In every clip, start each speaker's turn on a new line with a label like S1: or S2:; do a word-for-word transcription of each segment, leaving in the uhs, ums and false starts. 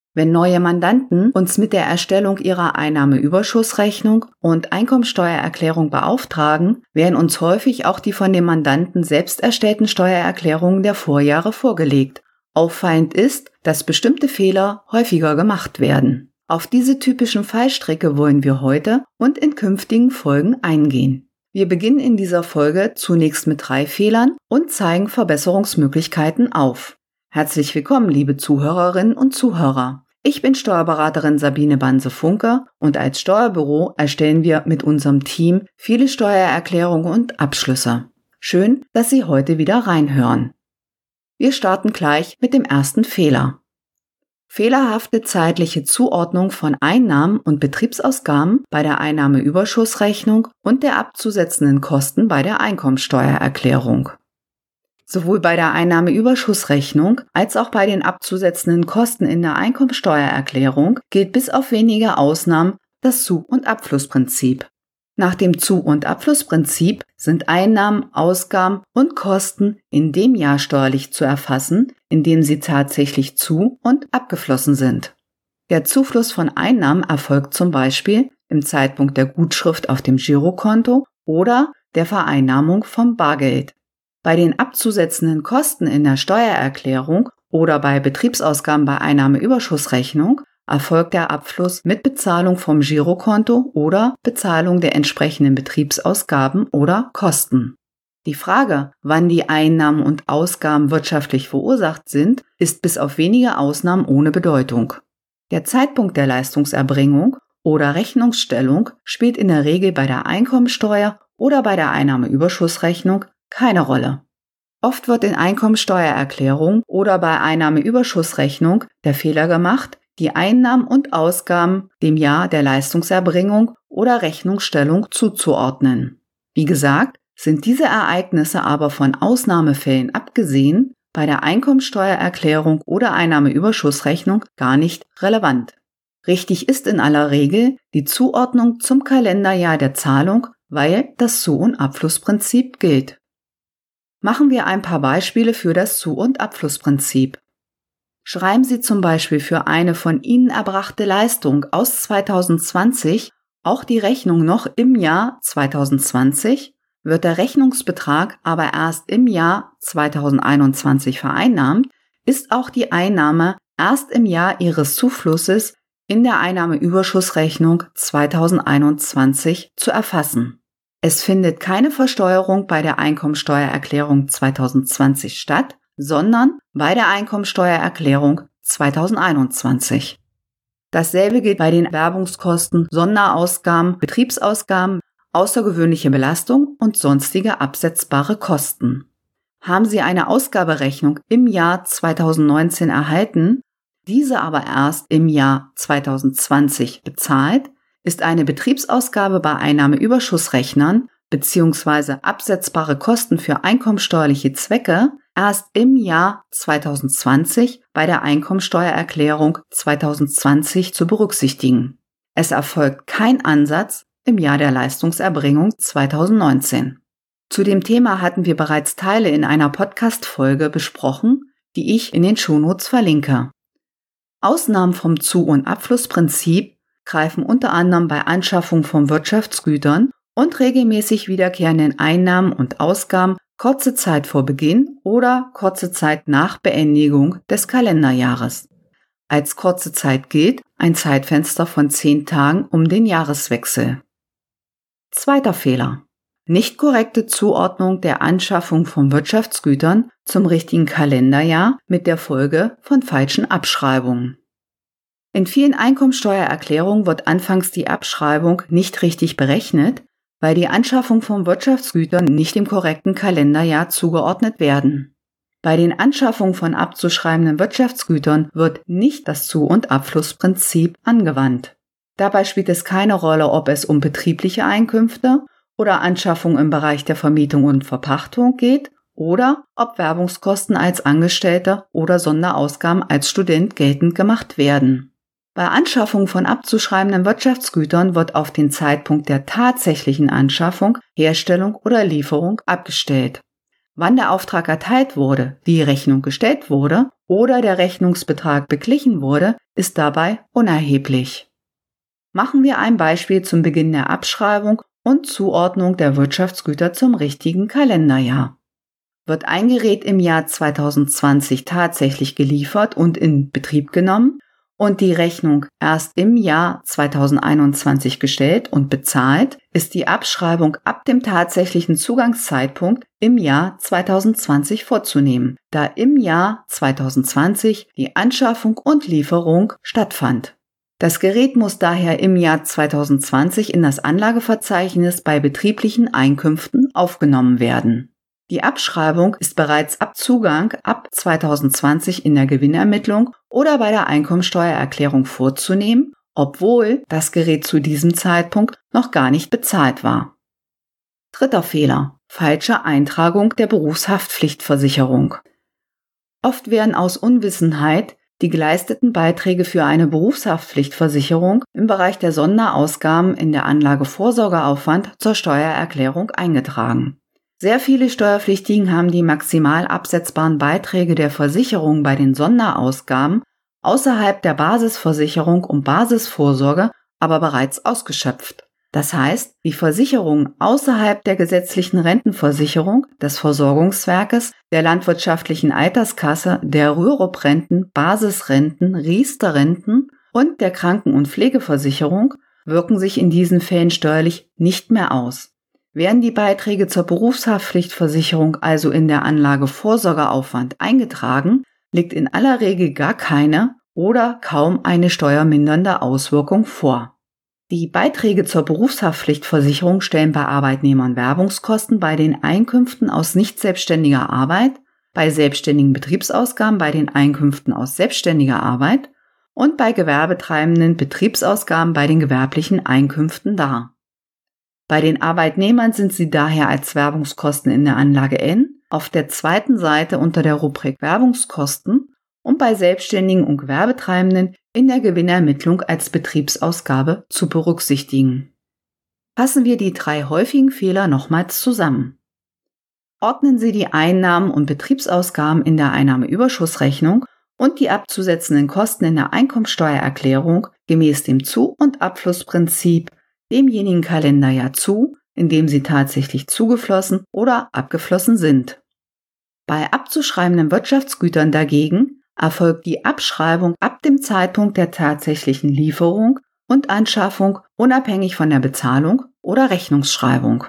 S1: Wenn neue Mandanten uns mit der Erstellung ihrer Einnahmeüberschussrechnung und Einkommensteuererklärung beauftragen, werden uns häufig auch die von dem Mandanten selbst erstellten Steuererklärungen der Vorjahre vorgelegt. Auffallend ist, dass bestimmte Fehler häufiger gemacht werden. Auf diese typischen Fallstricke wollen wir heute und in künftigen Folgen eingehen. Wir beginnen in dieser Folge zunächst mit drei Fehlern und zeigen Verbesserungsmöglichkeiten auf. Herzlich willkommen, liebe Zuhörerinnen und Zuhörer. Ich bin Steuerberaterin Sabine Banse-Funke und als Steuerbüro erstellen wir mit unserem Team viele Steuererklärungen und Abschlüsse. Schön, dass Sie heute wieder reinhören. Wir starten gleich mit dem ersten Fehler. Fehlerhafte zeitliche Zuordnung von Einnahmen und Betriebsausgaben bei der Einnahmeüberschussrechnung und der abzusetzenden Kosten bei der Einkommensteuererklärung. Sowohl bei der Einnahmeüberschussrechnung als auch bei den abzusetzenden Kosten in der Einkommensteuererklärung gilt bis auf wenige Ausnahmen das Zu- und Abflussprinzip. Nach dem Zu- und Abflussprinzip sind Einnahmen, Ausgaben und Kosten in dem Jahr steuerlich zu erfassen, in dem sie tatsächlich zu- und abgeflossen sind. Der Zufluss von Einnahmen erfolgt zum Beispiel im Zeitpunkt der Gutschrift auf dem Girokonto oder der Vereinnahmung vom Bargeld. Bei den abzusetzenden Kosten in der Steuererklärung oder bei Betriebsausgaben bei Einnahmeüberschussrechnung erfolgt der Abfluss mit Bezahlung vom Girokonto oder Bezahlung der entsprechenden Betriebsausgaben oder Kosten. Die Frage, wann die Einnahmen und Ausgaben wirtschaftlich verursacht sind, ist bis auf wenige Ausnahmen ohne Bedeutung. Der Zeitpunkt der Leistungserbringung oder Rechnungsstellung spielt in der Regel bei der Einkommensteuer oder bei der Einnahmeüberschussrechnung keine Rolle. Oft wird in Einkommensteuererklärung oder bei Einnahmeüberschussrechnung der Fehler gemacht, die Einnahmen und Ausgaben dem Jahr der Leistungserbringung oder Rechnungsstellung zuzuordnen. Wie gesagt, sind diese Ereignisse aber von Ausnahmefällen abgesehen bei der Einkommensteuererklärung oder Einnahmeüberschussrechnung gar nicht relevant. Richtig ist in aller Regel die Zuordnung zum Kalenderjahr der Zahlung, weil das Zu- und Abflussprinzip gilt. Machen wir ein paar Beispiele für das Zu- und Abflussprinzip. Schreiben Sie zum Beispiel für eine von Ihnen erbrachte Leistung aus zweitausendzwanzig auch die Rechnung noch im Jahr zweitausendzwanzig, wird der Rechnungsbetrag aber erst im Jahr zweitausendeinundzwanzig vereinnahmt, ist auch die Einnahme erst im Jahr Ihres Zuflusses in der Einnahmeüberschussrechnung zweitausendeinundzwanzig zu erfassen. Es findet keine Versteuerung bei der Einkommensteuererklärung zweitausendzwanzig statt, sondern bei der Einkommensteuererklärung zweitausendeinundzwanzig. Dasselbe gilt bei den Werbungskosten, Sonderausgaben, Betriebsausgaben, außergewöhnliche Belastung und sonstige absetzbare Kosten. Haben Sie eine Ausgaberechnung im Jahr zweitausendneunzehn erhalten, diese aber erst im Jahr zweitausendzwanzig bezahlt, ist eine Betriebsausgabe bei Einnahmeüberschussrechnern bzw. absetzbare Kosten für einkommensteuerliche Zwecke erst im Jahr zweitausendzwanzig bei der Einkommensteuererklärung zweitausendzwanzig zu berücksichtigen. Es erfolgt kein Ansatz im Jahr der Leistungserbringung zweitausendneunzehn. Zu dem Thema hatten wir bereits Teile in einer Podcast-Folge besprochen, die ich in den Shownotes verlinke. Ausnahmen vom Zu- und Abflussprinzip greifen unter anderem bei Anschaffung von Wirtschaftsgütern und regelmäßig wiederkehrenden Einnahmen und Ausgaben kurze Zeit vor Beginn oder kurze Zeit nach Beendigung des Kalenderjahres. Als kurze Zeit gilt ein Zeitfenster von zehn Tagen um den Jahreswechsel. Zweiter Fehler: Nicht korrekte Zuordnung der Anschaffung von Wirtschaftsgütern zum richtigen Kalenderjahr mit der Folge von falschen Abschreibungen. In vielen Einkommensteuererklärungen wird anfangs die Abschreibung nicht richtig berechnet, weil die Anschaffung von Wirtschaftsgütern nicht dem korrekten Kalenderjahr zugeordnet werden. Bei den Anschaffungen von abzuschreibenden Wirtschaftsgütern wird nicht das Zu- und Abflussprinzip angewandt. Dabei spielt es keine Rolle, ob es um betriebliche Einkünfte oder Anschaffung im Bereich der Vermietung und Verpachtung geht oder ob Werbungskosten als Angestellter oder Sonderausgaben als Student geltend gemacht werden. Bei Anschaffung von abzuschreibenden Wirtschaftsgütern wird auf den Zeitpunkt der tatsächlichen Anschaffung, Herstellung oder Lieferung abgestellt. Wann der Auftrag erteilt wurde, die Rechnung gestellt wurde oder der Rechnungsbetrag beglichen wurde, ist dabei unerheblich. Machen wir ein Beispiel zum Beginn der Abschreibung und Zuordnung der Wirtschaftsgüter zum richtigen Kalenderjahr. Wird ein Gerät im Jahr zweitausendzwanzig tatsächlich geliefert und in Betrieb genommen und die Rechnung erst im Jahr zweitausendeinundzwanzig gestellt und bezahlt, ist die Abschreibung ab dem tatsächlichen Zugangszeitpunkt im Jahr zweitausendzwanzig vorzunehmen, da im Jahr zweitausendzwanzig die Anschaffung und Lieferung stattfand. Das Gerät muss daher im Jahr zweitausendzwanzig in das Anlageverzeichnis bei betrieblichen Einkünften aufgenommen werden. Die Abschreibung ist bereits ab Zugang ab zweitausendzwanzig in der Gewinnermittlung oder bei der Einkommensteuererklärung vorzunehmen, obwohl das Gerät zu diesem Zeitpunkt noch gar nicht bezahlt war. Dritter Fehler: falsche Eintragung der Berufshaftpflichtversicherung. Oft werden aus Unwissenheit die geleisteten Beiträge für eine Berufshaftpflichtversicherung im Bereich der Sonderausgaben in der Anlage Vorsorgeaufwand zur Steuererklärung eingetragen. Sehr viele Steuerpflichtigen haben die maximal absetzbaren Beiträge der Versicherung bei den Sonderausgaben außerhalb der Basisversicherung und Basisvorsorge aber bereits ausgeschöpft. Das heißt, die Versicherungen außerhalb der gesetzlichen Rentenversicherung, des Versorgungswerkes, der landwirtschaftlichen Alterskasse, der Rürup-Renten, Basisrenten, Riester-Renten und der Kranken- und Pflegeversicherung wirken sich in diesen Fällen steuerlich nicht mehr aus. Werden die Beiträge zur Berufshaftpflichtversicherung also in der Anlage Vorsorgeaufwand eingetragen, liegt in aller Regel gar keine oder kaum eine steuermindernde Auswirkung vor. Die Beiträge zur Berufshaftpflichtversicherung stellen bei Arbeitnehmern Werbungskosten bei den Einkünften aus nicht selbstständiger Arbeit, bei selbstständigen Betriebsausgaben bei den Einkünften aus selbstständiger Arbeit und bei Gewerbetreibenden Betriebsausgaben bei den gewerblichen Einkünften dar. Bei den Arbeitnehmern sind sie daher als Werbungskosten in der Anlage N auf der zweiten Seite unter der Rubrik Werbungskosten und bei Selbstständigen und Gewerbetreibenden in der Gewinnermittlung als Betriebsausgabe zu berücksichtigen. Fassen wir die drei häufigen Fehler nochmals zusammen. Ordnen Sie die Einnahmen und Betriebsausgaben in der Einnahmeüberschussrechnung und die abzusetzenden Kosten in der Einkommensteuererklärung gemäß dem Zu- und Abflussprinzip demjenigen Kalenderjahr zu, in dem sie tatsächlich zugeflossen oder abgeflossen sind. Bei abzuschreibenden Wirtschaftsgütern dagegen erfolgt die Abschreibung ab dem Zeitpunkt der tatsächlichen Lieferung und Anschaffung unabhängig von der Bezahlung oder Rechnungsschreibung.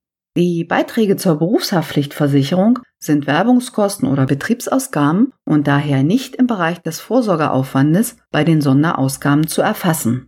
S1: Die Beiträge zur Berufshaftpflichtversicherung sind Werbungskosten oder Betriebsausgaben und daher nicht im Bereich des Vorsorgeaufwandes bei den Sonderausgaben zu erfassen.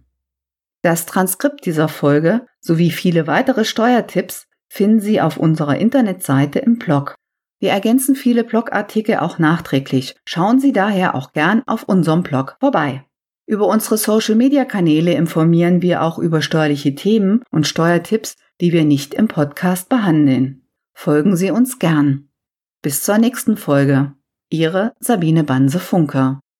S1: Das Transkript dieser Folge sowie viele weitere Steuertipps finden Sie auf unserer Internetseite im Blog. Wir ergänzen viele Blogartikel auch nachträglich. Schauen Sie daher auch gern auf unserem Blog vorbei. Über unsere Social-Media-Kanäle informieren wir auch über steuerliche Themen und Steuertipps, die wir nicht im Podcast behandeln. Folgen Sie uns gern. Bis zur nächsten Folge. Ihre Sabine Banse-Funke.